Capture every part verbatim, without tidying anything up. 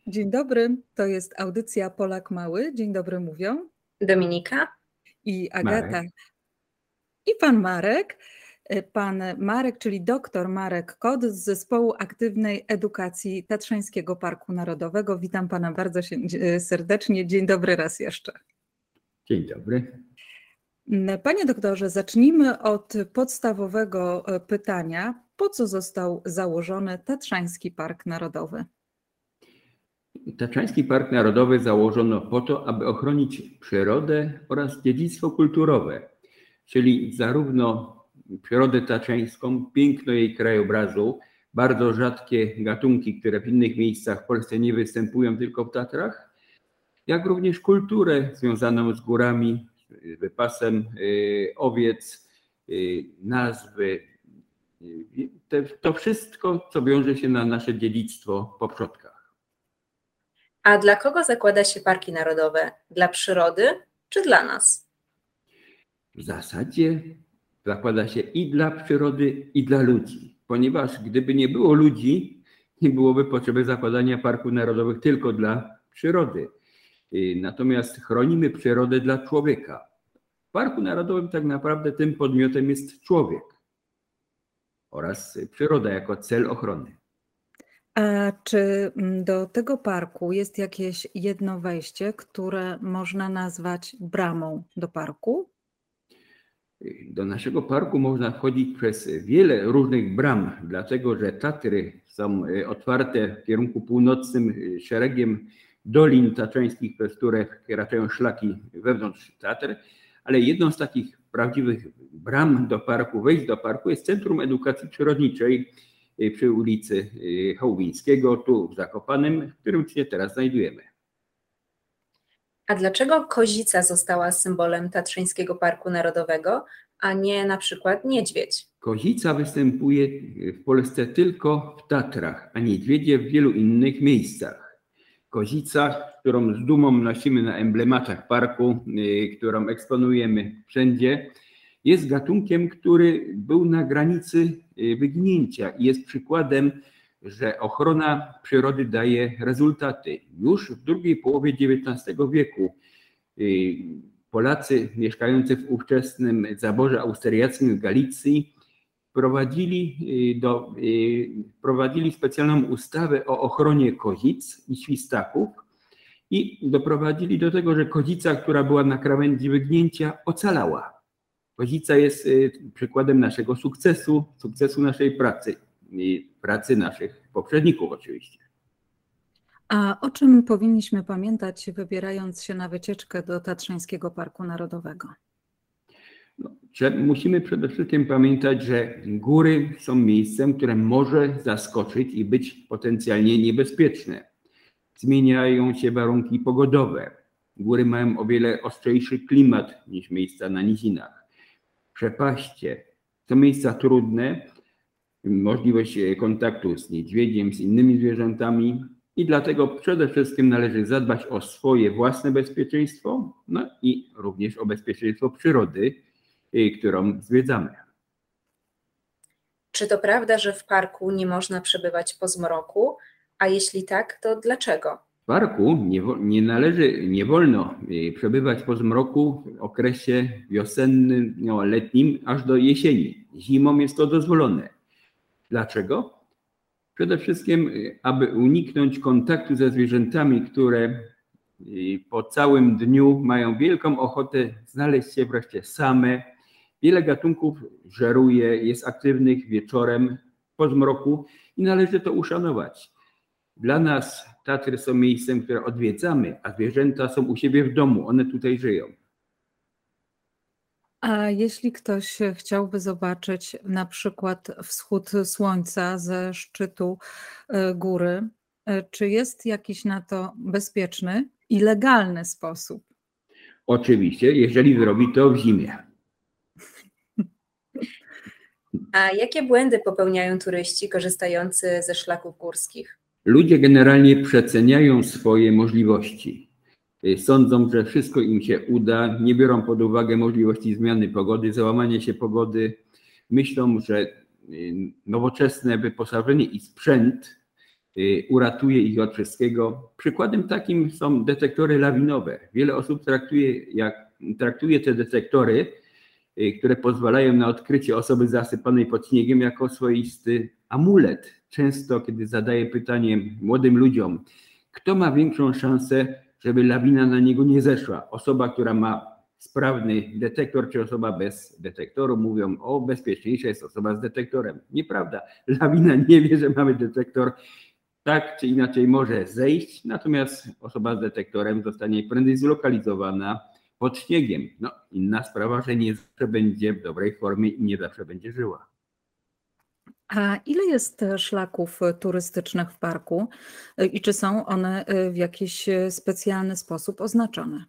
Dzień dobry, to jest audycja Polak Mały. Dzień dobry mówią Dominika i Agata. Marek. I pan Marek. Pan Marek, czyli doktor Marek Kot z Zespołu Aktywnej Edukacji Tatrzańskiego Parku Narodowego. Witam pana bardzo serdecznie. Dzień dobry raz jeszcze. Dzień dobry. Panie doktorze, zacznijmy od podstawowego pytania. Po co został założony Tatrzański Park Narodowy? Tatrzański Park Narodowy założono po to, aby ochronić przyrodę oraz dziedzictwo kulturowe, czyli zarówno przyrodę tatrzańską, piękno jej krajobrazu, bardzo rzadkie gatunki, które w innych miejscach w Polsce nie występują, tylko w Tatrach, jak również kulturę związaną z górami, wypasem owiec, nazwy. To wszystko, co wiąże się na nasze dziedzictwo po przodkach. A dla kogo zakłada się parki narodowe? Dla przyrody czy dla nas? W zasadzie zakłada się i dla przyrody, i dla ludzi, ponieważ gdyby nie było ludzi, nie byłoby potrzeby zakładania parków narodowych tylko dla przyrody. Natomiast chronimy przyrodę dla człowieka. W Parku Narodowym tak naprawdę tym podmiotem jest człowiek oraz przyroda jako cel ochrony. A czy do tego parku jest jakieś jedno wejście, które można nazwać bramą do parku? Do naszego parku można wchodzić przez wiele różnych bram, dlatego że Tatry są otwarte w kierunku północnym szeregiem dolin tatrzańskich, przez które wkraczają szlaki wewnątrz Tatr, ale jedną z takich prawdziwych bram do parku, wejść do parku jest Centrum Edukacji Przyrodniczej przy ulicy Hołwińskiego, tu w Zakopanem, w którym się teraz znajdujemy. A dlaczego kozica została symbolem Tatrzańskiego Parku Narodowego, a nie na przykład niedźwiedź? Kozica występuje w Polsce tylko w Tatrach, a niedźwiedzie w wielu innych miejscach. Kozica, którą z dumą nosimy na emblematach parku, którą eksponujemy wszędzie, jest gatunkiem, który był na granicy wyginięcia i jest przykładem, że ochrona przyrody daje rezultaty. Już w drugiej połowie dziewiętnastego wieku Polacy mieszkający w ówczesnym zaborze austriackim w Galicji prowadzili, do, prowadzili specjalną ustawę o ochronie kozic i świstaków i doprowadzili do tego, że kozica, która była na krawędzi wyginięcia, ocalała. Kozica jest przykładem naszego sukcesu, sukcesu naszej pracy i pracy naszych poprzedników oczywiście. A o czym powinniśmy pamiętać, wybierając się na wycieczkę do Tatrzańskiego Parku Narodowego? No, musimy przede wszystkim pamiętać, że góry są miejscem, które może zaskoczyć i być potencjalnie niebezpieczne. Zmieniają się warunki pogodowe. Góry mają o wiele ostrzejszy klimat niż miejsca na nizinach. Przepaście to miejsca trudne, możliwość kontaktu z niedźwiedziem, z innymi zwierzętami i dlatego przede wszystkim należy zadbać o swoje własne bezpieczeństwo, no i również o bezpieczeństwo przyrody, którą zwiedzamy. Czy to prawda, że w parku nie można przebywać po zmroku? A jeśli tak, to dlaczego? W parku nie, nie należy, nie wolno przebywać po zmroku w okresie wiosennym, no, letnim, aż do jesieni. Zimą jest to dozwolone. Dlaczego? Przede wszystkim, aby uniknąć kontaktu ze zwierzętami, które po całym dniu mają wielką ochotę znaleźć się wreszcie same. Wiele gatunków żeruje, jest aktywnych wieczorem po zmroku i należy to uszanować. Dla nas Tatry są miejscem, które odwiedzamy, a zwierzęta są u siebie w domu, one tutaj żyją. A jeśli ktoś chciałby zobaczyć na przykład wschód słońca ze szczytu góry, czy jest jakiś na to bezpieczny i legalny sposób? Oczywiście, jeżeli zrobi to w zimie. A jakie błędy popełniają turyści korzystający ze szlaków górskich? Ludzie generalnie przeceniają swoje możliwości. Sądzą, że wszystko im się uda, nie biorą pod uwagę możliwości zmiany pogody, załamania się pogody. Myślą, że nowoczesne wyposażenie i sprzęt uratuje ich od wszystkiego. Przykładem takim są detektory lawinowe. Wiele osób traktuje, jak, traktuje te detektory, które pozwalają na odkrycie osoby zasypanej pod śniegiem, jako swoisty amulet. Często, kiedy zadaję pytanie młodym ludziom, kto ma większą szansę, żeby lawina na niego nie zeszła? Osoba, która ma sprawny detektor, czy osoba bez detektoru? Mówią, o, bezpieczniejsza jest osoba z detektorem. Nieprawda. Lawina nie wie, że mamy detektor. Tak czy inaczej może zejść, natomiast osoba z detektorem zostanie prędzej zlokalizowana pod śniegiem. No, inna sprawa, że nie zawsze będzie w dobrej formie i nie zawsze będzie żyła. A ile jest szlaków turystycznych w parku i czy są one w jakiś specjalny sposób oznaczone?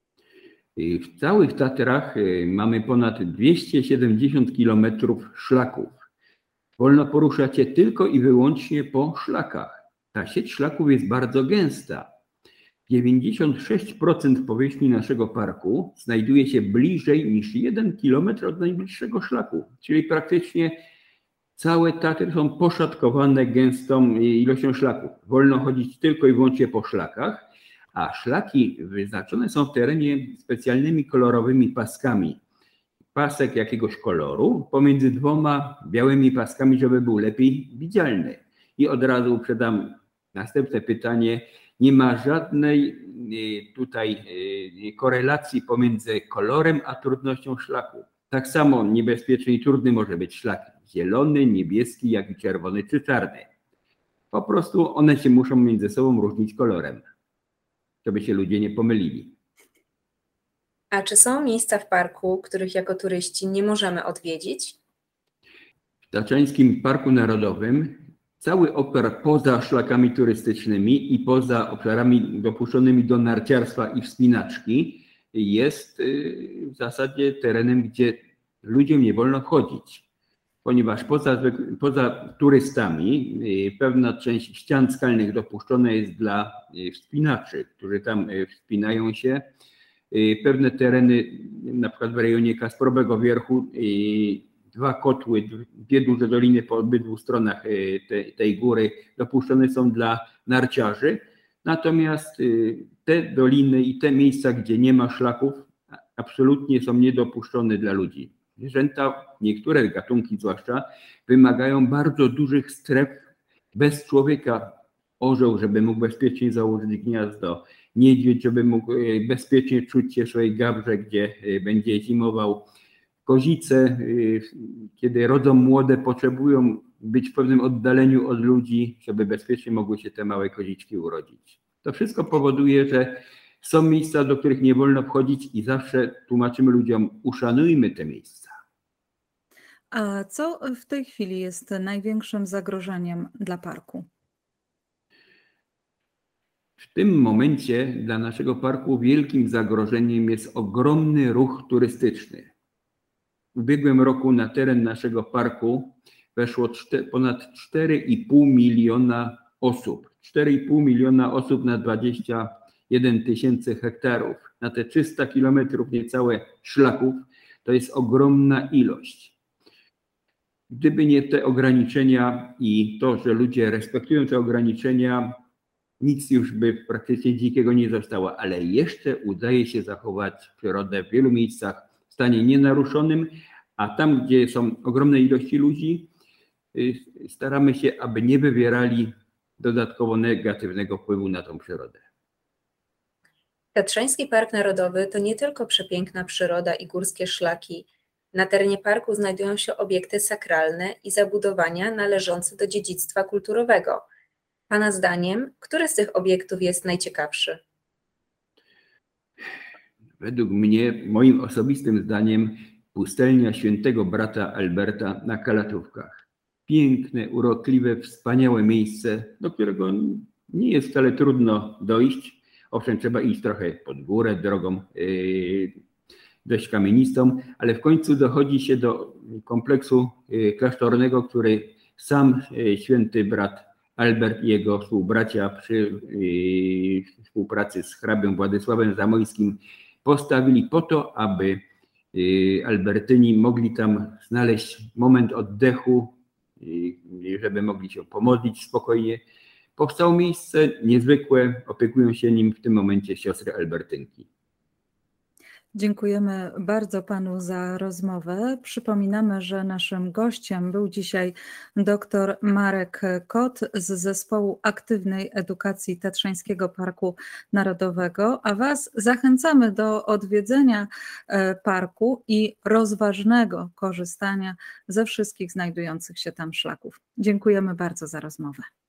W całych Tatrach mamy ponad dwieście siedemdziesiąt kilometrów szlaków. Wolno poruszać się tylko i wyłącznie po szlakach. Ta sieć szlaków jest bardzo gęsta. dziewięćdziesiąt sześć procent powierzchni naszego parku znajduje się bliżej niż jeden kilometr od najbliższego szlaku, czyli praktycznie całe Tatry są poszatkowane gęstą ilością szlaków. Wolno chodzić tylko i wyłącznie po szlakach, a szlaki wyznaczone są w terenie specjalnymi kolorowymi paskami. Pasek jakiegoś koloru pomiędzy dwoma białymi paskami, żeby był lepiej widzialny. I od razu uprzedzam następne pytanie. Nie ma żadnej tutaj korelacji pomiędzy kolorem a trudnością szlaku. Tak samo niebezpieczny i trudny może być szlak zielony, niebieski, jak i czerwony czy czarny. Po prostu one się muszą między sobą różnić kolorem, żeby się ludzie nie pomylili. A czy są miejsca w parku, których jako turyści nie możemy odwiedzić? W Tatrzańskim Parku Narodowym cały obszar poza szlakami turystycznymi i poza obszarami dopuszczonymi do narciarstwa i wspinaczki jest w zasadzie terenem, gdzie ludziom nie wolno wchodzić, ponieważ poza, poza turystami pewna część ścian skalnych dopuszczona jest dla wspinaczy, którzy tam wspinają się. Pewne tereny, na przykład w rejonie Kasprowego Wierchu, dwa kotły, dwie duże doliny po obydwu stronach tej, tej góry dopuszczone są dla narciarzy. Natomiast te doliny i te miejsca, gdzie nie ma szlaków, absolutnie są niedopuszczone dla ludzi. Zwierzęta, niektóre gatunki zwłaszcza, wymagają bardzo dużych stref bez człowieka. Orzeł, żeby mógł bezpiecznie założyć gniazdo, niedźwiedź, żeby mógł bezpiecznie czuć się w swojej gawrze, gdzie będzie zimował. Kozice, kiedy rodzą młode, potrzebują być w pewnym oddaleniu od ludzi, żeby bezpiecznie mogły się te małe koziczki urodzić. To wszystko powoduje, że są miejsca, do których nie wolno wchodzić i zawsze tłumaczymy ludziom, uszanujmy te miejsca. A co w tej chwili jest największym zagrożeniem dla parku? W tym momencie dla naszego parku wielkim zagrożeniem jest ogromny ruch turystyczny. W ubiegłym roku na teren naszego parku weszło ponad cztery i pół miliona osób. cztery i pół miliona osób na dwadzieścia jeden tysięcy hektarów. Na te trzysta kilometrów niecałe szlaków to jest ogromna ilość. Gdyby nie te ograniczenia i to, że ludzie respektują te ograniczenia, nic już by praktycznie dzikiego nie zostało, ale jeszcze udaje się zachować przyrodę w wielu miejscach w stanie nienaruszonym, a tam, gdzie są ogromne ilości ludzi, staramy się, aby nie wywierali dodatkowo negatywnego wpływu na tą przyrodę. Tatrzański Park Narodowy to nie tylko przepiękna przyroda i górskie szlaki. Na terenie parku znajdują się obiekty sakralne i zabudowania należące do dziedzictwa kulturowego. Pana zdaniem, który z tych obiektów jest najciekawszy? Według mnie, moim osobistym zdaniem, pustelnia świętego brata Alberta na Kalatówkach. Piękne, urokliwe, wspaniałe miejsce, do którego nie jest wcale trudno dojść. Owszem, trzeba iść trochę pod górę, drogą yy, dość kamienistą, ale w końcu dochodzi się do kompleksu yy, klasztornego, który sam yy, święty brat Albert i jego współbracia przy yy, współpracy z hrabią Władysławem Zamojskim postawili po to, aby yy, Albertyni mogli tam znaleźć moment oddechu, yy, żeby mogli się pomodlić spokojnie. Powstało miejsce niezwykłe, opiekują się nim w tym momencie siostry Albertynki. Dziękujemy bardzo panu za rozmowę. Przypominamy, że naszym gościem był dzisiaj dr Marek Kot z Zespołu Aktywnej Edukacji Tatrzańskiego Parku Narodowego, a was zachęcamy do odwiedzenia parku i rozważnego korzystania ze wszystkich znajdujących się tam szlaków. Dziękujemy bardzo za rozmowę.